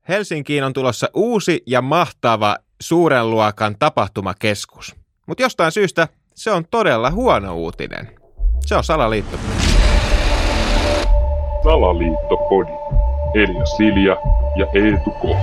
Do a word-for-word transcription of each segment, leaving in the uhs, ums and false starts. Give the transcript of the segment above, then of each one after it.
Helsinkiin on tulossa uusi ja mahtava suuren luokan tapahtumakeskus. Mutta jostain syystä se on todella huono uutinen. Se on Salaliitto. Salaliittopodi. Elia Silja ja Eetu K.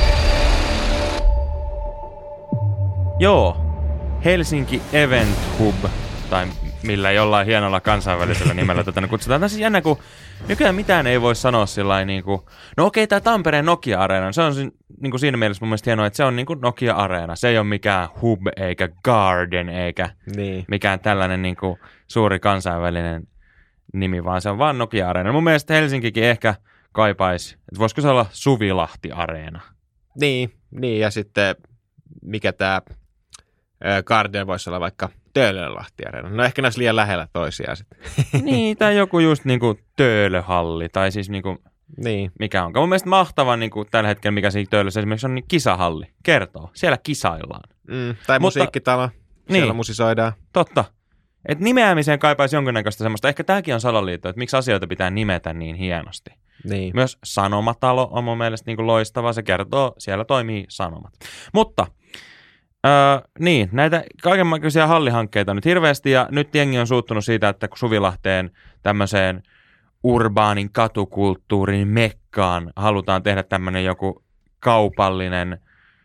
Joo, Helsinki Event Hub, tai millä jollain hienolla kansainvälisellä nimellä tätä kutsutaan. Tämä on siis jännä, kun nykyään mitään ei voi sanoa sillain niin kuin, no okei, tämä Tampereen Nokia-areena, se on niin kuin siinä mielessä mun mielestä hienoa, että se on niin kuin Nokia-areena. Se ei ole mikään hub, eikä garden, eikä niin. mikään tällainen niin kuin suuri kansainvälinen nimi, vaan se on vaan Nokia-areena. Mun mielestä Helsinkikin ehkä kaipaisi, että voisiko se olla Suvilahti-areena? Niin, niin ja sitten mikä tämä garden voisi olla vaikka Töölönlahti-areena. No ehkä ne olisi liian lähellä toisiaan sitten. Niin, tai joku just niinku Töölöhalli, tai siis niinku, niin. mikä onkaan. Mun mielestä mahtava niinku tällä hetkellä, mikä siinä Töölössä esimerkiksi on, niin kisahalli. Kertoo. Siellä kisaillaan. Mm, tai Mutta, musiikkitalo. Siellä niin, musisoidaan. Totta. Et nimeämiseen kaipaisi jonkinnäköistä semmoista. Ehkä tämäkin on salaliitto, että miksi asioita pitää nimetä niin hienosti. Niin. Myös Sanomatalo on mun mielestä niinku loistava. Se kertoo, siellä toimii sanomat. Mutta Öö, niin, näitä kaikenlaisia hallihankkeita on nyt hirveästi, ja nyt jengi on suuttunut siitä, että kun Suvilahteen tämmöiseen urbaanin katukulttuurin mekkaan halutaan tehdä tämmöinen joku kaupallinen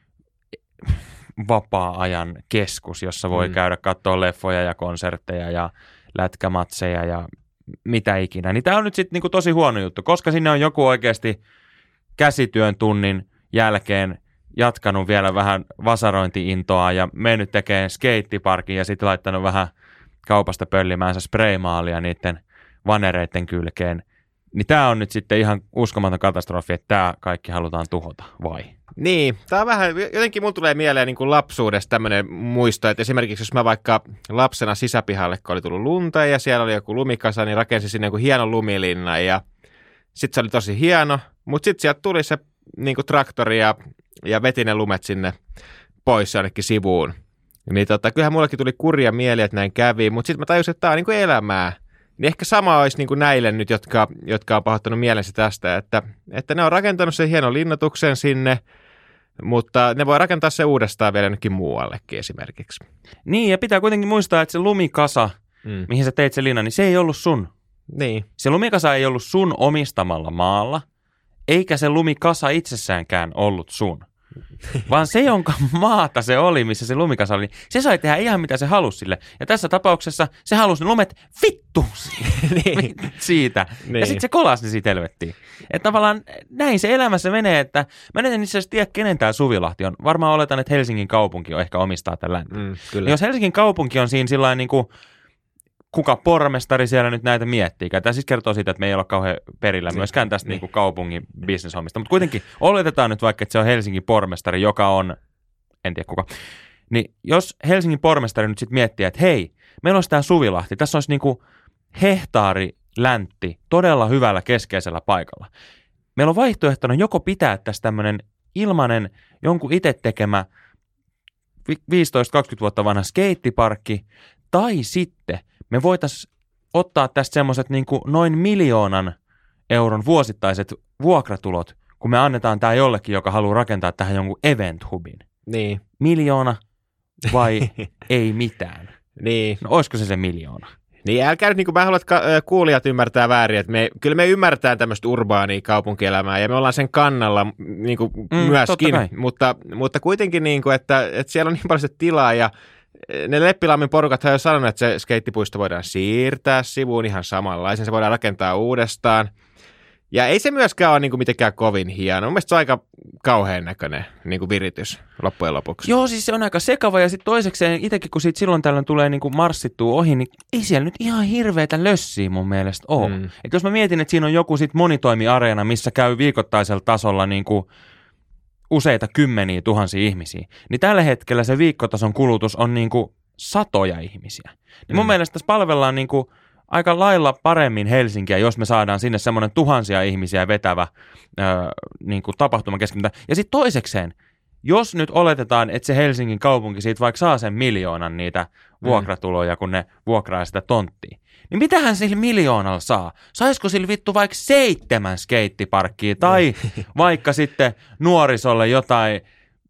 vapaa-ajan keskus, jossa voi mm. käydä katsoa leffoja ja konsertteja ja lätkämatseja ja mitä ikinä. Niin tämä on nyt sitten niinku tosi huono juttu, koska sinne on joku oikeasti käsityön tunnin jälkeen jatkanut vielä vähän vasarointi-intoa ja mennyt tekemään skeittiparkin ja sitten laittanut vähän kaupasta pöllimäänsä spraymaalia niiden vanereiden kylkeen. Niin tämä on nyt sitten ihan uskomaton katastrofi, että tämä kaikki halutaan tuhota, vai? Niin, tämä on vähän, jotenkin mun tulee mieleen niin kuin lapsuudesta tämmöinen muisto, että esimerkiksi jos mä vaikka lapsena sisäpihalle, kun oli tullut lunta ja siellä oli joku lumikasa, niin rakensin sinne joku hieno lumilinna ja sitten se oli tosi hieno, mutta sitten sieltä tuli se niin kuin traktori ja ja veti ne lumet sinne pois jonnekin sivuun. Niin tota, kyllähän mullekin tuli kurja mieli, että näin kävi, mutta sitten mä tajusin, että tämä on niin kuin elämää. Niin ehkä sama olisi niin kuin näille nyt, jotka, jotka on pahoittanut mielensä tästä, että, että ne on rakentanut sen hienon linnoituksen sinne, mutta ne voi rakentaa se uudestaan vielä jonnekin muuallekin esimerkiksi. Niin, ja pitää kuitenkin muistaa, että se lumikasa, mm. mihin sä teit se linna, niin se ei ollut sun. Niin. Se lumikasa ei ollut sun omistamalla maalla, eikä se lumikasa itsessäänkään ollut sun. Vaan se, jonka maata se oli, missä se lumikasa oli, se sai tehdä ihan mitä se halusi sille. Ja tässä tapauksessa se halusi ne lumet vittu niin. siitä. Niin. Ja sitten se kolasi ne siitä helvettiin. Että tavallaan näin se elämässä menee, että mä en itse asiassa tiedä, kenen tämä Suvilahti on. Varmaan oletan, että Helsingin kaupunki on ehkä omistaa tällä. Mm, jos Helsingin kaupunki on siinä sillain niin kuin kuka pormestari siellä nyt näitä miettii. Tämä siis kertoo siitä, että me ei ole kauhean perillä myöskään tästä niin. niin kaupungin bisneshommista. Mutta kuitenkin oletetaan nyt vaikka, että se on Helsingin pormestari, joka on, en tiedä kuka. Niin jos Helsingin pormestari nyt sitten miettii, että hei, meillä olisi tämä Suvilahti. Tässä olisi niin kuin hehtaari läntti todella hyvällä keskeisellä paikalla. Meillä on vaihtoehtona joko pitää tässä tämmöinen ilmainen, jonkun itse tekemä viisitoista kaksikymmentä vuotta vanha skeittiparkki, tai sitten me voitaisiin ottaa tästä semmoiset niin kuin noin miljoonan euron vuosittaiset vuokratulot, kun me annetaan tämä jollekin, joka haluaa rakentaa tähän jonkun event hubin. Niin. Miljoona vai ei mitään? Niin. No olisiko se se miljoona? Niin, älkää nyt, niin kuin mä haluan, että kuulijat ymmärtää väärin, että me, kyllä me ymmärretään tämmöistä urbaania kaupunkielämää ja me ollaan sen kannalla niin kuin mm, myöskin, mutta, mutta kuitenkin, niin kuin, että, että siellä on niin paljon tilaa ja ne Leppilammin porukat on jo sanonut, että se skeittipuisto voidaan siirtää sivuun ihan samanlaisen, se voidaan rakentaa uudestaan. Ja ei se myöskään ole niin kuin mitenkään kovin hieno. Mun mielestä se on aika kauhean näköinen niin kuin viritys loppujen lopuksi. Joo, siis se on aika sekava ja sitten toisekseen itsekin, kun siitä silloin tällöin tulee niin kuin marssittua ohi, niin ei siellä nyt ihan hirveätä lössiä mun mielestä ole. Mm. Et jos mä mietin, että siinä on joku sit monitoimiareena, missä käy viikoittaisella tasolla niin kuin useita kymmeniä tuhansia ihmisiä, niin tällä hetkellä se viikkotason kulutus on niin kuin satoja ihmisiä. Niin mun mm. mielestä tässä palvellaan niin kuin aika lailla paremmin Helsinkiä, jos me saadaan sinne semmoinen tuhansia ihmisiä vetävä öö, niin kuin tapahtumakeskityntä. Ja sitten toisekseen, jos nyt oletetaan, että se Helsingin kaupunki siitä vaikka saa sen miljoonan niitä vuokratuloja, kun ne vuokraa sitä tonttia, niin mitähän sillä miljoonalla saa? Saisiko sillä vittu vaikka seitsemän skeittiparkkia tai vaikka sitten nuorisolle jotain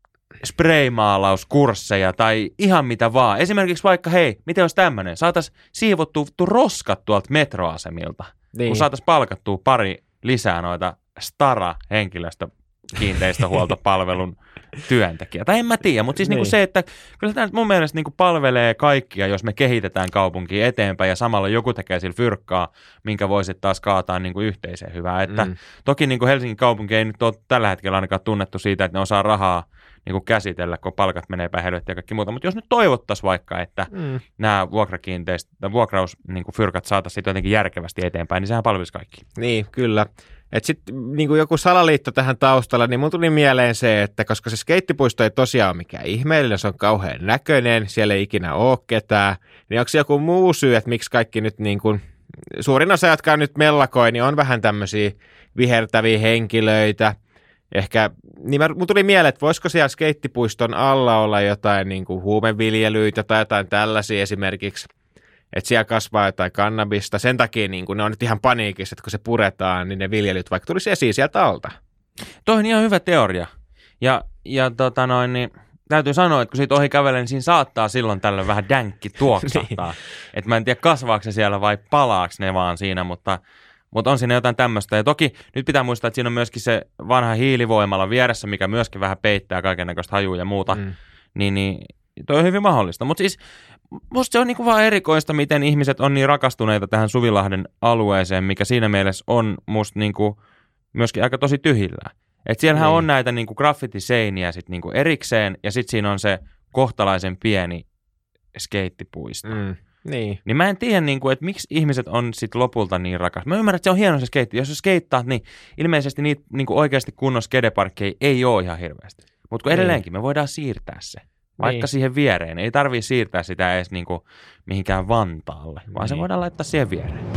spraymaalauskursseja tai ihan mitä vaan. Esimerkiksi vaikka, hei, miten olisi tämmöinen? Saataisiin siivottua roskat tuolta metroasemilta, niin. kun saataisiin palkattua pari lisää noita Stara-henkilöstö kiinteistöhuoltopalvelun työntekijä. Tai en mä tiedä, mutta siis niin. niinku se, että kyllä tämä mun mielestä niinku palvelee kaikkia, jos me kehitetään kaupunkia eteenpäin ja samalla joku tekee sillä fyrkkaa, minkä voisi taas kaataa niinku yhteiseen hyvää. Että mm. Toki niinku Helsingin kaupunki ei nyt ole tällä hetkellä ainakaan tunnettu siitä, että ne osaa rahaa niinku käsitellä, kun palkat menee päin helvettiä ja kaikki muuta. Mutta jos nyt toivottaisiin vaikka, että mm. nämä vuokrakiinteistö, vuokrausfyrkat saataisiin jotenkin järkevästi eteenpäin, niin sehän palvelisi kaikki. Niin, kyllä. Että sitten niin joku salaliitto tähän taustalla, niin mun tuli mieleen se, että koska se skeittipuisto ei tosiaan ole mikään ihmeellinen, se on kauhean näköinen, siellä ei ikinä ole ketään, niin onko se joku muu syy, että miksi kaikki nyt niin kuin, suurin osa, jotka nyt mellakoi, niin on vähän tämmöisiä vihertäviä henkilöitä. Ehkä, niin mun tuli mieleen, että voisiko siellä skeittipuiston alla olla jotain niin kuin huumeviljelyitä tai jotain tällaisia esimerkiksi. Että siellä kasvaa jotain kannabista. Sen takia niin kun ne on nyt ihan paniikissa, että kun se puretaan, niin ne viljelyt vaikka tulisi esiin sieltä alta. Toi on ihan hyvä teoria. Ja, ja tota noin, niin täytyy sanoa, että kun siitä ohi kävelee, niin siinä saattaa silloin tällöin vähän dänkki tuoksahtaa. niin. Että mä en tiedä, kasvaako se siellä vai palaako ne vaan siinä, mutta, mutta on siinä jotain tämmöistä. Ja toki nyt pitää muistaa, että siinä on myöskin se vanha hiilivoimala vieressä, mikä myöskin vähän peittää kaikennäköistä hajua ja muuta. Mm. Niin, niin toi on hyvin mahdollista. Mutta siis musta se on niinku vaan erikoista, miten ihmiset on niin rakastuneita tähän Suvilahden alueeseen, mikä siinä mielessä on musta niinku myöskin aika tosi tyhjillään. Että siellähän niin. on näitä niinku graffitiseiniä sit niinku erikseen, ja sitten siinä on se kohtalaisen pieni skeittipuisto. Mm. Niin. Niin mä en tiedä, niinku, että miksi ihmiset on sit lopulta niin rakas. Mä ymmärrän, että se on hieno se skeitti. Jos sä skeittaat, niin ilmeisesti niitä niinku oikeasti kunnon skedeparkkeja ei ole ihan hirveästi. Mutta kun edelleenkin me voidaan siirtää se. Vaikka niin. siihen viereen. Ei tarvitse siirtää sitä edes niinku mihinkään Vantaalle, vaan niin. se voidaan laittaa siihen viereen.